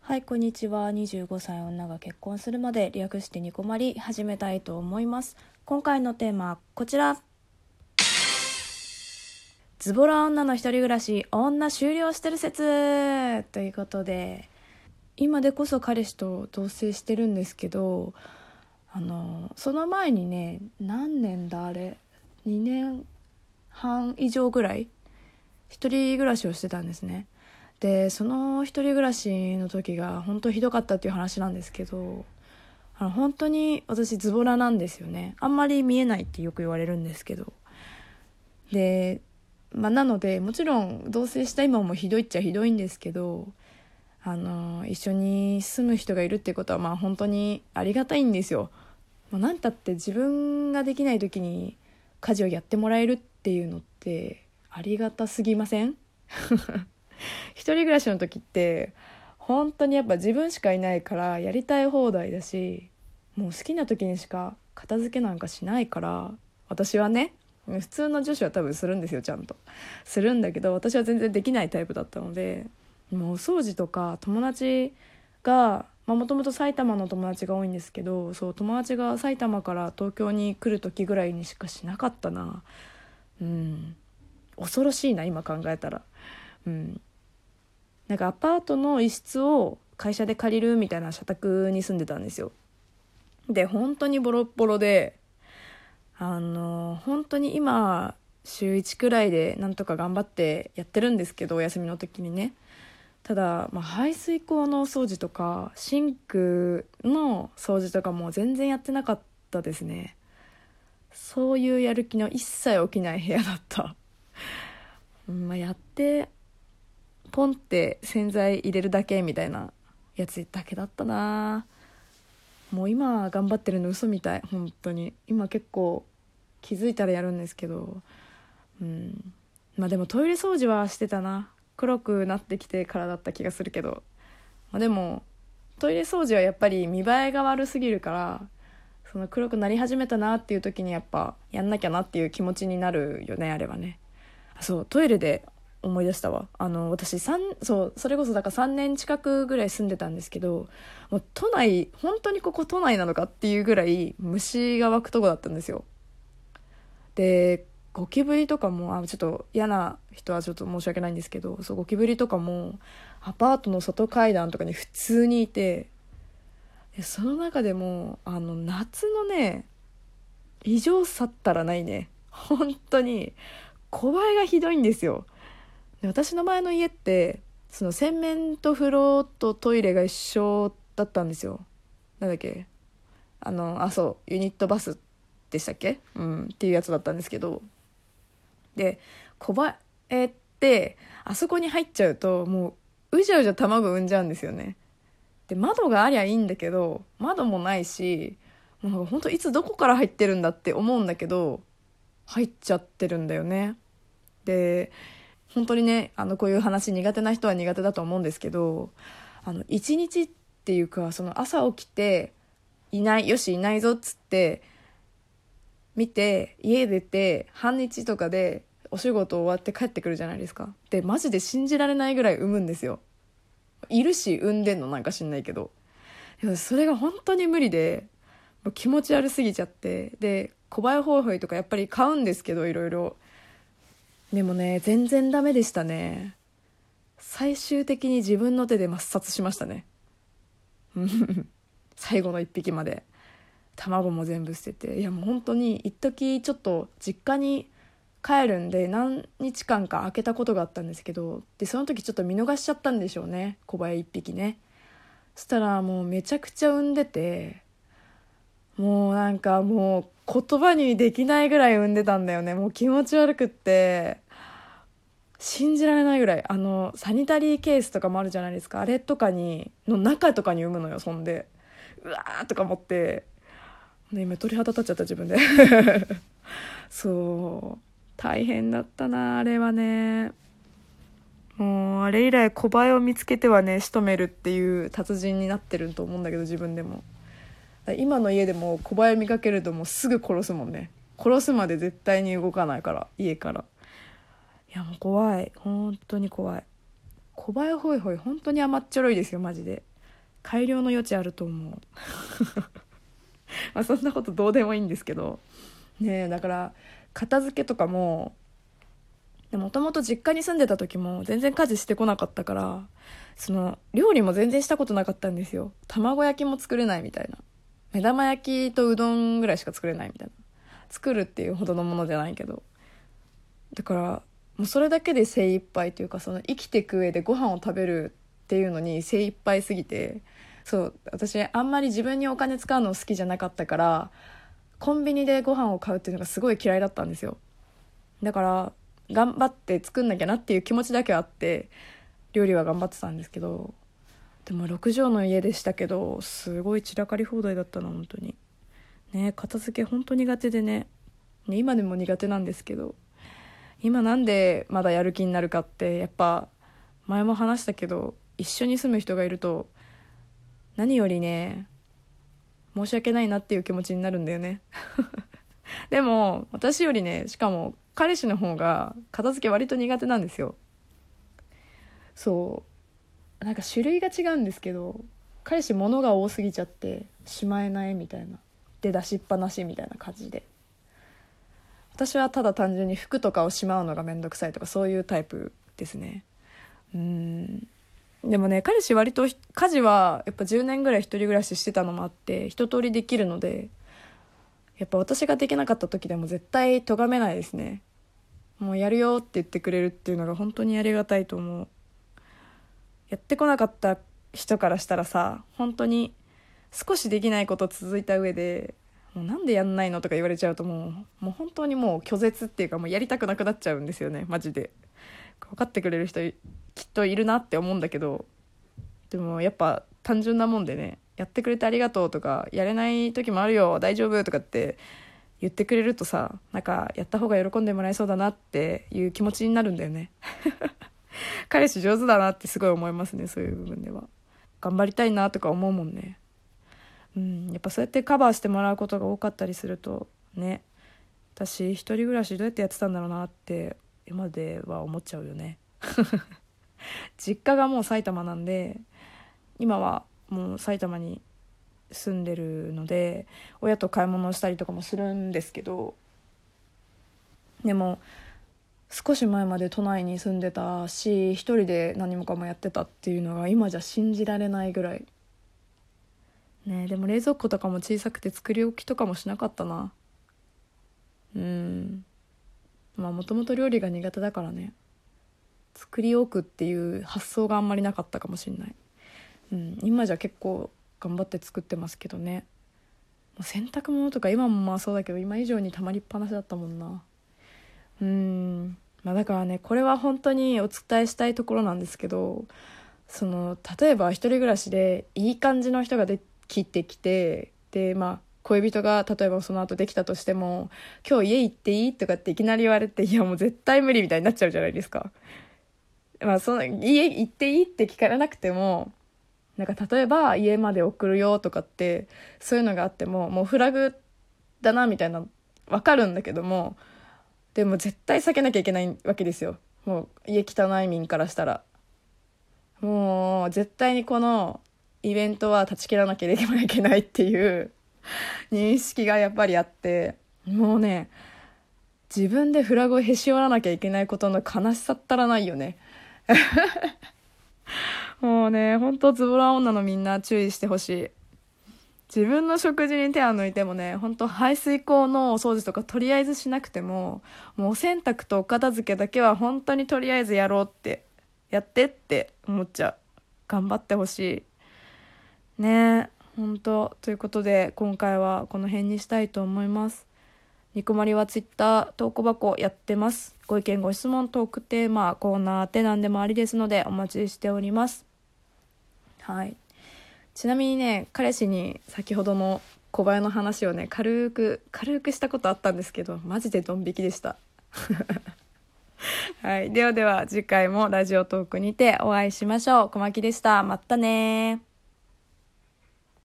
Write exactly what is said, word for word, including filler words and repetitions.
はい、こんにちは。にじゅうごさい女が結婚するまで略してニコマリ始めたいと思います。今回のテーマはこちら。ズボラ女の一人暮らし、女終了してる説ということで、今でこそ彼氏と同棲してるんですけど、あのその前にね、何年だあれにねんはん以上ぐらい一人暮らしをしてたんですね。でその一人暮らしの時が本当ひどかったっていう話なんですけど、あの本当に私ズボラなんですよね。あんまり見えないってよく言われるんですけど、で、まあ、なのでもちろん同棲した今もひどいっちゃひどいんですけど、あの一緒に住む人がいるっていうことはまあ本当にありがたいんですよ。まあ、なんたって自分ができない時に家事をやってもらえるっていうのってありがたすぎません？一人暮らしの時って本当にやっぱ自分しかいないからやりたい放題だし、もう好きな時にしか片付けなんかしないから、私はね、普通の女子は多分するんですよ、ちゃんとするんだけど、私は全然できないタイプだったので、もうお掃除とか友達がもともと埼玉の友達が多いんですけど、そう友達が埼玉から東京に来る時ぐらいにしかしなかったな。うん恐ろしいな今考えたら。うんなんかアパートの一室を会社で借りるみたいな社宅に住んでたんですよ。で本当にボロッボロで、あの本当に今週いちくらいでなんとか頑張ってやってるんですけど、お休みの時にね。ただ、まあ、排水溝の掃除とかシンクの掃除とかも全然やってなかったですね。そういうやる気の一切起きない部屋だった。うんまあ、やってポンって洗剤入れるだけみたいなやつだけだったな。もう今頑張ってるの嘘みたい。本当に今結構気づいたらやるんですけど、うんまあでもトイレ掃除はしてたな。黒くなってきてからだった気がするけど、まあ、でもトイレ掃除はやっぱり見栄えが悪すぎるから、その黒くなり始めたなっていう時にやっぱやんなきゃなっていう気持ちになるよね、あれはね。そうトイレで思い出したわ。あの私さんそうそれこそだからさんねん近くぐらい住んでたんですけど、もう都内本当にここ都内なのかっていうぐらい虫が湧くとこだったんですよ。でゴキブリとかもあちょっと嫌な人はちょっと申し訳ないんですけど、そうゴキブリとかもアパートの外階段とかに普通にいて、でその中でもあの夏のね異常さったらないね、本当に小映えがひどいんですよ。で私の前の家ってその洗面と風呂とトイレが一緒だったんですよ。なんだっけあのあそうユニットバスでしたっけ、うん、っていうやつだったんですけど、で小映えってあそこに入っちゃうともううじゃうじゃ卵産んじゃうんですよね。で窓がありゃいいんだけど窓もないし、もうほんといつどこから入ってるんだって思うんだけど入っちゃってるんだよね。で本当にね、あのこういう話苦手な人は苦手だと思うんですけど、あの一日っていうかその朝起きていないよしいないぞっつって見て家出て半日とかでお仕事終わって帰ってくるじゃないですか。でマジで信じられないぐらい産むんですよ。いるし産んでんのなんか知んないけど、それが本当に無理でもう気持ち悪すぎちゃって、で小林ホイホイとかやっぱり買うんですけどいろいろ、でもね全然ダメでしたね。最終的に自分の手で抹殺しましたね。最後の一匹まで。卵も全部捨てて、いやもう本当に一時ちょっと実家に帰るんで何日間か空けたことがあったんですけど、でその時ちょっと見逃しちゃったんでしょうね、小林一匹ね。そしたらもうめちゃくちゃ産んでて、もうなんかもう言葉にできないぐらい産んでたんだよね。もう気持ち悪くって信じられないぐらい、あのサニタリーケースとかもあるじゃないですか、あれとかにの中とかに産むのよ。そんでうわーとか思って、ね、今鳥肌立っちゃった自分でそう大変だったなあれはね。もうあれ以来小バエを見つけてはね仕留めるっていう達人になってると思うんだけど、自分でも今の家でも小バエ見かけるともうすぐ殺すもんね。殺すまで絶対に動かないから家から。いやもう怖い、本当に怖い。小バエホイホイ本当に甘っちょろいですよマジで。 改良の余地あると思うまあそんなことどうでもいいんですけどね。えだから片付けとかももともと実家に住んでた時も全然家事してこなかったから、その料理も全然したことなかったんですよ。卵焼きも作れないみたいな、目玉焼きとうどんぐらいしか作れないみたいな、作るっていうほどのものじゃないけど、だからもうそれだけで精一杯というか、その生きていく上でご飯を食べるっていうのに精一杯すぎて、そう私あんまり自分にお金使うの好きじゃなかったから、コンビニでご飯を買うっていうのがすごい嫌いだったんですよ。だから頑張って作んなきゃなっていう気持ちだけはあって料理は頑張ってたんですけど、でもろく畳の家でしたけどすごい散らかり放題だったな本当にね。片付け本当苦手でね、今でも苦手なんですけど、今なんでまだやる気になるかって、やっぱ前も話したけど一緒に住む人がいると何よりね申し訳ないなっていう気持ちになるんだよねでも私よりね、しかも彼氏の方が片付け割と苦手なんですよ。そうなんか種類が違うんですけど、彼氏物が多すぎちゃってしまえないみたいな、で出しっぱなしみたいな感じで、私はただ単純に服とかをしまうのがめんどくさいとかそういうタイプですね。うーんでもね、彼氏割と家事はやっぱじゅうねんぐらい一人暮らししてたのもあって一通りできるので、やっぱ私ができなかった時でも絶対咎めないですね。もうやるよって言ってくれるっていうのが本当にありがたいと思う。やってこなかった人からしたらさ、本当に少しできないこと続いた上でもうなんでやんないのとか言われちゃうともう、もう本当にもう拒絶っていうかもうやりたくなくなっちゃうんですよねマジで。分かってくれる人きっといるなって思うんだけど、でもやっぱ単純なもんでね、やってくれてありがとうとか、やれない時もあるよ大丈夫とかって言ってくれるとさ、なんかやった方が喜んでもらえそうだなっていう気持ちになるんだよね彼氏上手だなってすごい思いますね。そういう部分では頑張りたいなとか思うもんね。うん、やっぱそうやってカバーしてもらうことが多かったりするとね、私一人暮らしどうやってやってたんだろうなって今では思っちゃうよね実家がもう埼玉なんで、今はもう埼玉に住んでるので親と買い物をしたりとかもするんですけど、でも少し前まで都内に住んでたし一人で何もかもやってたっていうのが今じゃ信じられないぐらいね。でも冷蔵庫とかも小さくて作り置きとかもしなかったな。うんまあもともと料理が苦手だからね、作り置くっていう発想があんまりなかったかもしれない。うん、今じゃ結構頑張って作ってますけどね。洗濯物とか今もまあそうだけど今以上に溜まりっぱなしだったもんな。うーんまあだからね、これは本当にお伝えしたいところなんですけど、その例えば一人暮らしでいい感じの人ができてきて、でまあ恋人が例えばその後できたとしても、今日家行っていいとかっていきなり言われて、いやもう絶対無理みたいになっちゃうじゃないですか。まあその家行っていいって聞かれなくても、なんか例えば家まで送るよとかってそういうのがあってももうフラグだなみたいな分かるんだけども、でも絶対避けなきゃいけないわけですよ。もう家汚い民からしたらもう絶対にこのイベントは断ち切らなきゃいけないっていう認識がやっぱりあって、もうね自分でフラグをへし折らなきゃいけないことの悲しさったらないよねもうねほんとズボラ女のみんな注意してほしい。自分の食事に手を抜いてもね、ほんと排水口のお掃除とかとりあえずしなくても、もうお洗濯とお片付けだけは本当にとりあえずやろうってやってって思っちゃう。頑張ってほしいね。本当ということで今回はこの辺にしたいと思います。ニコマリはツイッター投稿箱やってます。ご意見ご質問トークテーマコーナーって何でもありですのでお待ちしております。はい、ちなみにね彼氏に先ほどの小林の話をね軽く軽くしたことあったんですけど、マジでドン引きでしたはい、ではでは次回もラジオトークにてお会いしましょう。小牧でした。またね。